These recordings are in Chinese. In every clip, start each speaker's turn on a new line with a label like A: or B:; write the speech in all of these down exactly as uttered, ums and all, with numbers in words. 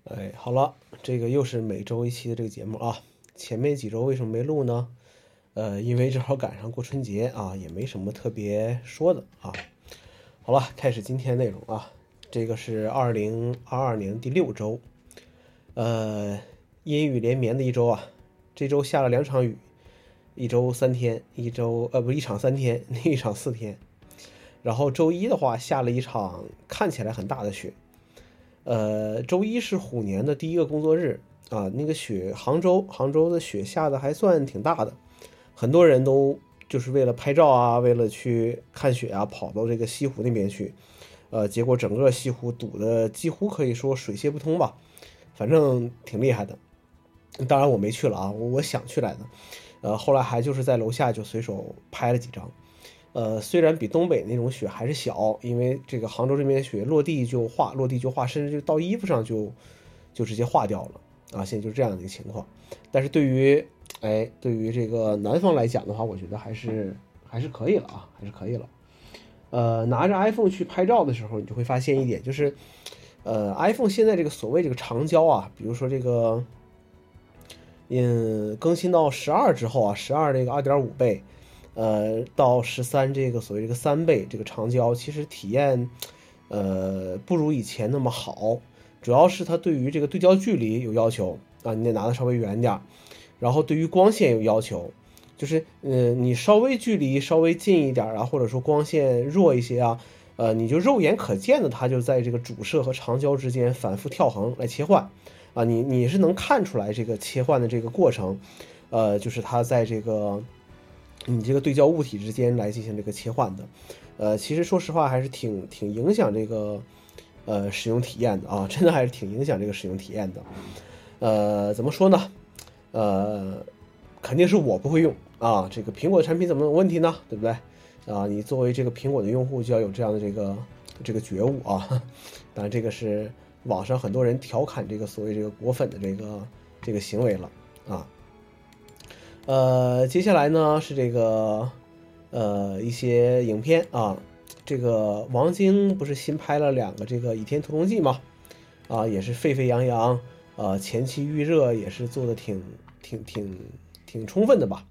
A: 哎，好了，这个又是每周一期的这个节目啊。前面几周为什么没录呢？呃，因为正好赶上过春节啊，也没什么特别说的啊。好了，开始今天内容啊。这个是二零二二年第六周，呃，阴雨连绵的一周啊。这周下了两场雨，一周三天，一周呃不一场三天，另一场四天。然后周一的话下了一场看起来很大的雪。呃，周一是虎年的第一个工作日啊，那个雪，杭州杭州的雪下的还算挺大的，很多人都就是为了拍照啊，为了去看雪啊，跑到这个西湖那边去，呃，结果整个西湖堵的几乎可以说水泄不通吧，反正挺厉害的。当然我没去了啊，我我想去来的，呃，后来还就是在楼下就随手拍了几张。呃，虽然比东北那种雪还是小，因为这个杭州这边雪落地就化，落地就化，甚至就到衣服上就就直接化掉了啊。现在就是这样的一个情况。但是对于哎，对于这个南方来讲的话，我觉得还是还是可以了啊，还是可以了。呃，拿着 iPhone 去拍照的时候，你就会发现一点，就是呃，iPhone 现在这个所谓这个长焦啊，比如说这个嗯，更新到十二之后啊，十二这个二点五倍。呃，到十三这个所谓这个三倍这个长焦，其实体验，呃，不如以前那么好。主要是它对于这个对焦距离有要求啊，你得拿的稍微远点，然后对于光线有要求，就是呃，你稍微距离稍微近一点啊，或者说光线弱一些啊，呃，你就肉眼可见的，它就在这个主摄和长焦之间反复跳横来切换，啊，你你是能看出来这个切换的这个过程，呃，就是它在这个。你这个对焦物体之间来进行这个切换的，呃，其实说实话还是挺挺影响这个呃使用体验的啊，真的还是挺影响这个使用体验的。呃，怎么说呢？呃，肯定是我不会用啊，这个苹果产品怎么有问题呢？对不对？啊，你作为这个苹果的用户就要有这样的这个这个觉悟啊。当然，这个是网上很多人调侃这个所谓这个果粉的这个这个行为了啊。呃，接下来呢是这个，呃，一些影片啊，这个王晶不是新拍了两个这个《倚天屠龙记》吗？啊，也是沸沸扬扬，啊，前期预热也是做的挺挺挺挺充分的吧？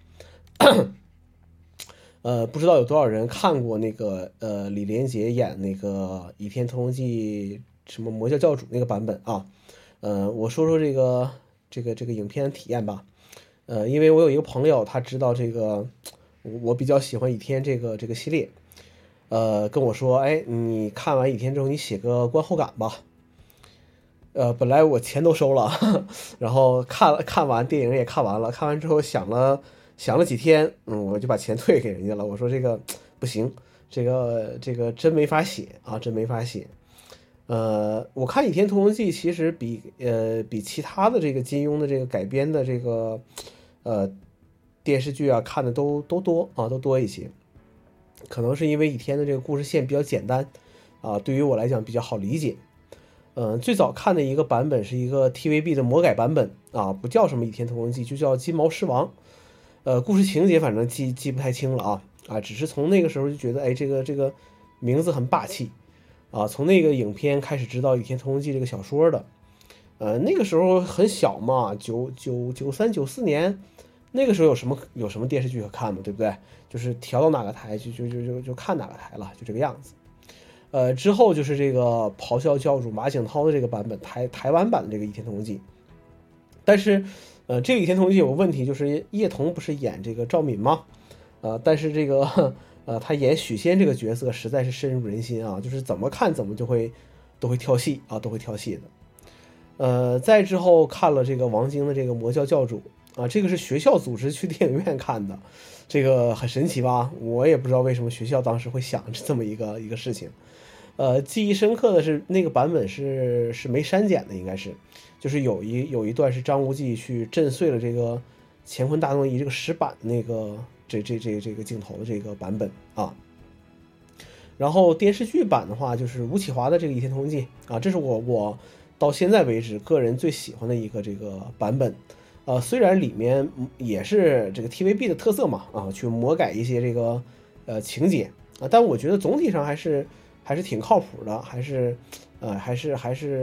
A: 呃，不知道有多少人看过那个呃李连杰演那个《倚天屠龙记》什么魔教教主那个版本啊？呃，我说说这个这个这个影片体验吧。呃，因为我有一个朋友，他知道这个，我比较喜欢倚天这个这个系列，呃，跟我说，哎，你看完倚天之后，你写个观后感吧。呃，本来我钱都收了，然后看了看完电影也看完了，看完之后想了想了几天，嗯，我就把钱退给人家了。我说这个不行，这个这个真没法写啊，真没法写。呃，我看《倚天屠龙记》其实比呃比其他的这个金庸的这个改编的这个呃电视剧啊看的都都多啊，都多一些。可能是因为倚天的这个故事线比较简单啊，对于我来讲比较好理解。嗯、呃，最早看的一个版本是一个 T V B 的魔改版本啊，不叫什么《倚天屠龙记》，就叫《金毛狮王》。呃，故事情节反正记记不太清了啊啊，只是从那个时候就觉得，哎，这个这个名字很霸气啊。从那个影片开始知道《倚天屠龙记》这个小说的。呃，那个时候很小嘛，九九九三九四年，那个时候有什么有什么电视剧可看嘛，对不对？就是调到哪个台就就就就就看哪个台了，就这个样子。呃，之后就是这个咆哮教主马景涛的这个版本，台台湾版的这个《倚天屠龙记》。但是，呃，这个《倚天屠龙记》有个问题，就是叶童不是演这个赵敏吗？呃，但是这个呃，他演许仙这个角色实在是深入人心啊，就是怎么看怎么就会都会跳戏啊，都会跳戏的。呃，再之后看了这个王晶的这个魔教教主啊，这个是学校组织去电影院看的，这个很神奇吧？我也不知道为什么学校当时会想这么一个一个事情。呃，记忆深刻的是那个版本是是没删减的，应该是，就是有一有一段是张无忌去震碎了这个乾坤大挪移这个石板那个这这这这个镜头的这个版本啊。然后电视剧版的话，就是吴启华的这个《倚天屠龙记》啊，这是我我到现在为止个人最喜欢的一个这个版本。呃，虽然里面也是这个 T V B 的特色嘛，啊，去魔改一些这个呃情节啊，但我觉得总体上还是还是挺靠谱的，还是呃还是还是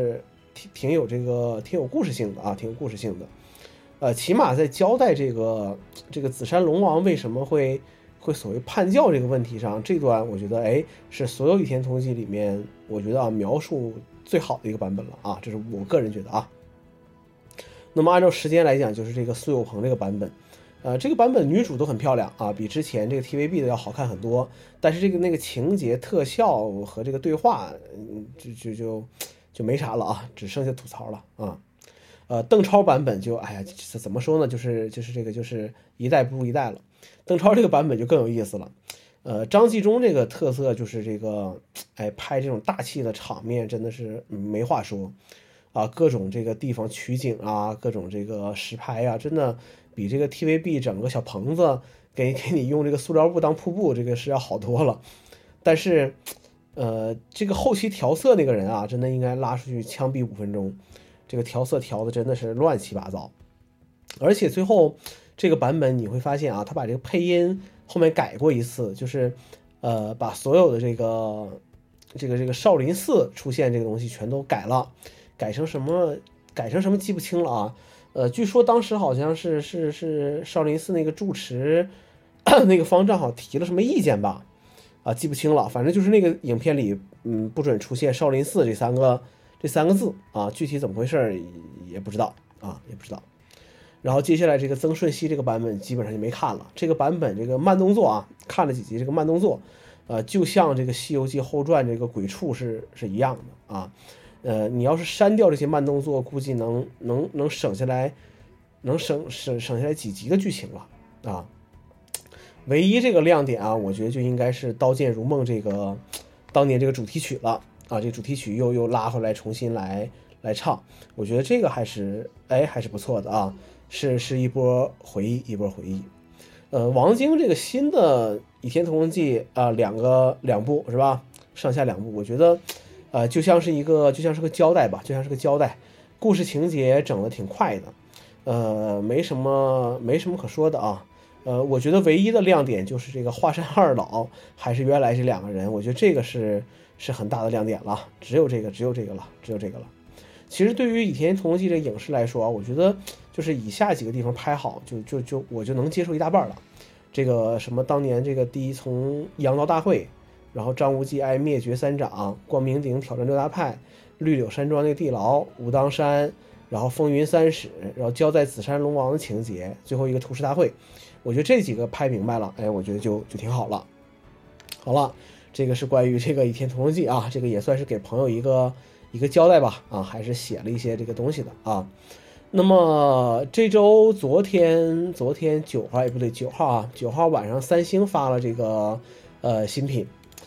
A: 挺挺有这个挺有故事性的啊，挺有故事性的。呃，起码在交代这个这个紫山龙王为什么会会所谓叛教这个问题上，这段我觉得哎是所有《倚天屠龙记》里面我觉得啊描述最好的一个版本了啊，这是我个人觉得啊。那么按照时间来讲，就是这个苏有朋这个版本，呃，这个版本女主都很漂亮啊，比之前这个 T V B 的要好看很多，但是这个那个情节、特效和这个对话，嗯，就就就就没啥了啊，只剩下吐槽了啊。呃，邓超版本就，哎呀，怎么说呢？就是就是这个就是一代不如一代了。邓超这个版本就更有意思了。呃，张纪中这个特色就是这个，哎，拍这种大气的场面真的是没话说啊，各种这个地方取景啊，各种这个实拍啊，真的比这个 T V B 整个小棚子给给你用这个塑料布当瀑布，这个是要好多了。但是，呃，这个后期调色那个人啊，真的应该拉出去枪毙五分钟。这个调色调的真的是乱七八糟，而且最后这个版本你会发现啊，他把这个配音后面改过一次，就是呃把所有的这个这个这个少林寺出现这个东西全都改了，改成什么改成什么记不清了啊。呃，据说当时好像是是是少林寺那个住持那个方丈好像提了什么意见吧，啊记不清了，反正就是那个影片里嗯不准出现少林寺这三个。这三个字啊，具体怎么回事也不知道啊，也不知道。然后接下来这个曾舜晞这个版本基本上就没看了。这个版本这个慢动作啊，看了几集这个慢动作，呃，就像这个《西游记后传》这个鬼畜是是一样的啊。呃，你要是删掉这些慢动作，估计能能能省下来，能省省省下来几集的剧情了啊。唯一这个亮点啊，我觉得就应该是《刀剑如梦》这个当年这个主题曲了。啊，这主题曲又又拉回来重新来来唱，我觉得这个还是哎还是不错的啊，是是一波回忆一波回忆。呃，王晶这个新的《倚天屠龙记》啊，两个两部是吧？上下两部，我觉得呃就像是一个就像是个交代吧，就像是个交代，故事情节整的挺快的，呃，没什么没什么可说的啊。呃，我觉得唯一的亮点就是这个华山二老还是原来这两个人，我觉得这个是。是很大的亮点了，只有这个，只有这个了，只有这个了。其实对于《倚天屠龙记》这个影视来说啊，我觉得就是以下几个地方拍好，就就就我就能接受一大半了。这个什么当年这个第一从阳刀大会，然后张无忌挨灭绝三掌，光明顶挑战六大派，绿柳山庄那个地牢，武当山，然后风云三史，然后交代紫山龙王的情节，最后一个屠尸大会，我觉得这几个拍明白了，哎，我觉得就就挺好了。好了。这个是关于这个《倚天屠龙记》啊，这个也算是给朋友一个一个交代吧啊，还是写了一些这个东西的啊。那么这周昨天昨天九号也不对九号啊，九号晚上三星发了这个呃新品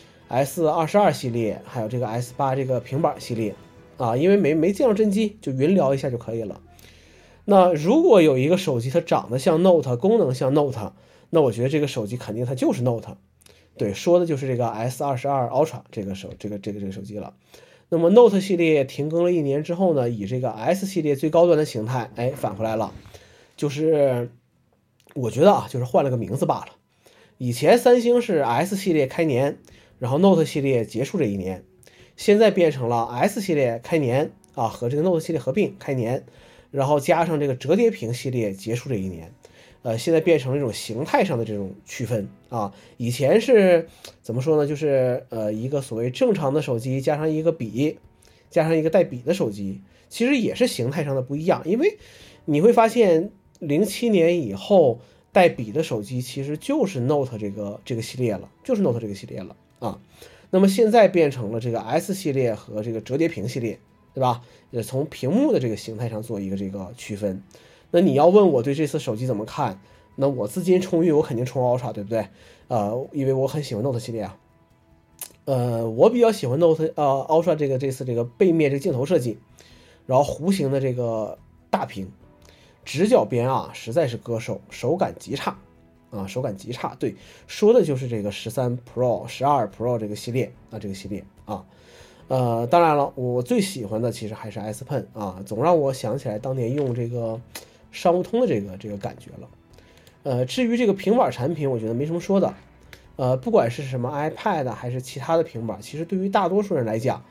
A: S 二十二系列，还有这个 S 八这个平板系列啊，因为没没见到真机，就云聊一下就可以了。那如果有一个手机它长得像 Note， 功能像 Note， 那我觉得这个手机肯定它就是 Note。对，说的就是这个 S 二十二 Ultra 这个手这个这个这个手机了。那么 Note 系列停更了一年之后呢，以这个 S 系列最高端的形态，哎，返回来了。就是我觉得啊，就是换了个名字罢了。以前三星是 S 系列开年，然后 Note 系列结束这一年，现在变成了 S 系列开年啊，和这个 Note 系列合并开年，然后加上这个折叠屏系列结束这一年。呃，现在变成了这种形态上的这种区分啊。以前是怎么说呢？就是呃一个所谓正常的手机加上一个笔，加上一个带笔的手机，其实也是形态上的不一样。因为你会发现，零七年以后带笔的手机其实就是 Note 这个这个系列了，就是 Note 这个系列了啊。那么现在变成了这个 S 系列和这个折叠屏系列，对吧？呃，从屏幕的这个形态上做一个这个区分。那你要问我对这次手机怎么看？那我资金充裕，我肯定充 Ultra， 对不对？呃，因为我很喜欢 Note 系列啊。呃，我比较喜欢 Note 呃 Ultra 这个这次这个背面这个镜头设计，然后弧形的这个大屏，直角边啊，实在是割手，手感极差啊，手感极差。对，说的就是这个十三 Pro、十二 Pro 这个系列啊，这个系列啊。呃，当然了，我最喜欢的其实还是 S Pen 啊，总让我想起来当年用这个商务通的这个这个感觉了。呃，至于这个平板产品，我觉得没什么说的。呃，不管是什么 iPad 还是其他的平板，其实对于大多数人来讲，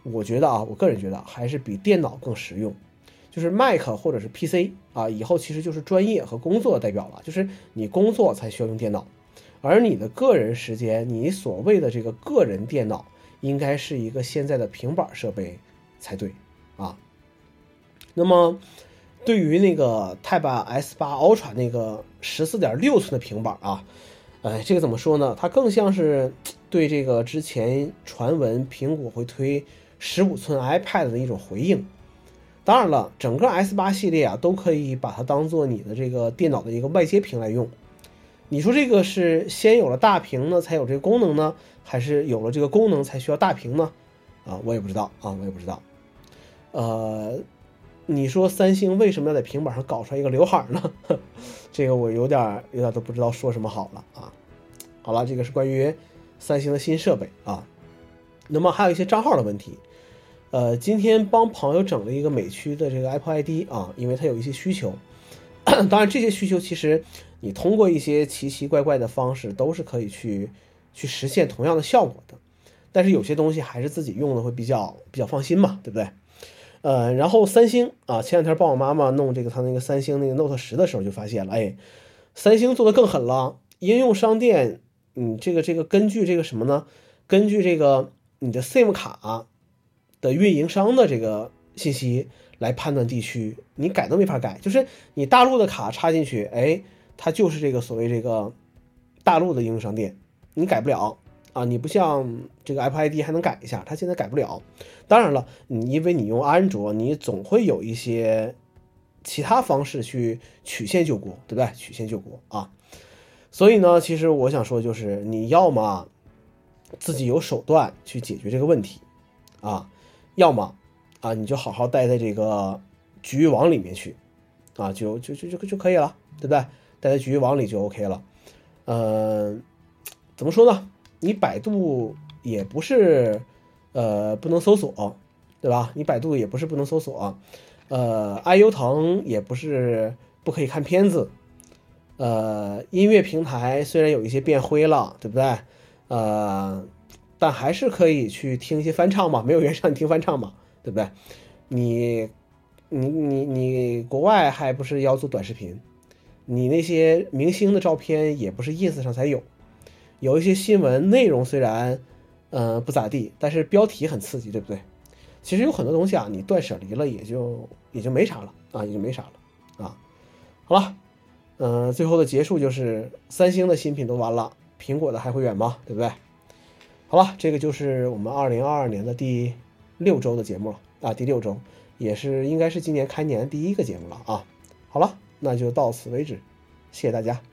A: 我觉得啊，我个人觉得还是比电脑更实用。就是 Mac 或者是 P C 啊，以后其实就是专业和工作的代表了，就是你工作才需要用电脑，而你的个人时间，你所谓的这个个人电脑，应该是一个现在的平板设备才对啊。那么对于那个 Tab S 八 Ultra 那个 十四点六 寸的平板啊，哎，这个怎么说呢？它更像是对这个之前传闻苹果会推十五寸 iPad 的一种回应。当然了，整个 S 八 系列啊，都可以把它当做你的这个电脑的一个外接屏来用。你说这个是先有了大屏呢，才有这个功能呢，还是有了这个功能才需要大屏呢？啊，我也不知道啊，我也不知道。呃，你说三星为什么要在平板上搞出来一个刘海呢？这个我有点有点都不知道说什么好了啊。好了，这个是关于三星的新设备啊。那么还有一些账号的问题。呃，今天帮朋友整了一个美区的这个 Apple I D 啊，因为他有一些需求。当然，这些需求其实你通过一些奇奇怪怪的方式都是可以去去实现同样的效果的。但是有些东西还是自己用的会比较比较放心嘛，对不对？呃，然后三星啊，前两天帮我妈妈弄这个他那个三星那个 Note 十的时候就发现了，哎，三星做的更狠了，应用商店，嗯，这个这个根据这个什么呢？根据这个你的 SIM 卡的运营商的这个信息来判断地区，你改都没法改，就是你大陆的卡插进去，哎，它就是这个所谓这个大陆的应用商店，你改不了啊。你不像这个 Apple I D 还能改一下，它现在改不了。当然了，你因为你用安卓，你总会有一些其他方式去曲线救国，对不对？曲线救国啊。所以呢，其实我想说就是，你要么自己有手段去解决这个问题啊。要么啊，你就好好待在这个局域网里面去啊，就就就就就可以了，对不对？待在局域网里就 OK 了。呃，怎么说呢？你百度也不是呃不能搜索，对吧？你百度也不是不能搜索，呃，爱优腾也不是不可以看片子，呃，音乐平台虽然有一些变灰了，对不对？呃。但还是可以去听一些翻唱嘛，没有原唱你听翻唱嘛，对不对？你你你你国外还不是要做短视频，你那些明星的照片也不是 ins 上才有，有一些新闻内容虽然呃不咋地，但是标题很刺激，对不对？其实有很多东西啊，你断舍离了也就也就没啥了啊，也就没啥了啊。好了，嗯、呃，最后的结束就是三星的新品都完了，苹果的还会远吗？对不对？好了，这个就是我们二零二二年的第六周的节目了啊，第六周也是应该是今年开年第一个节目了啊。好了，那就到此为止，谢谢大家。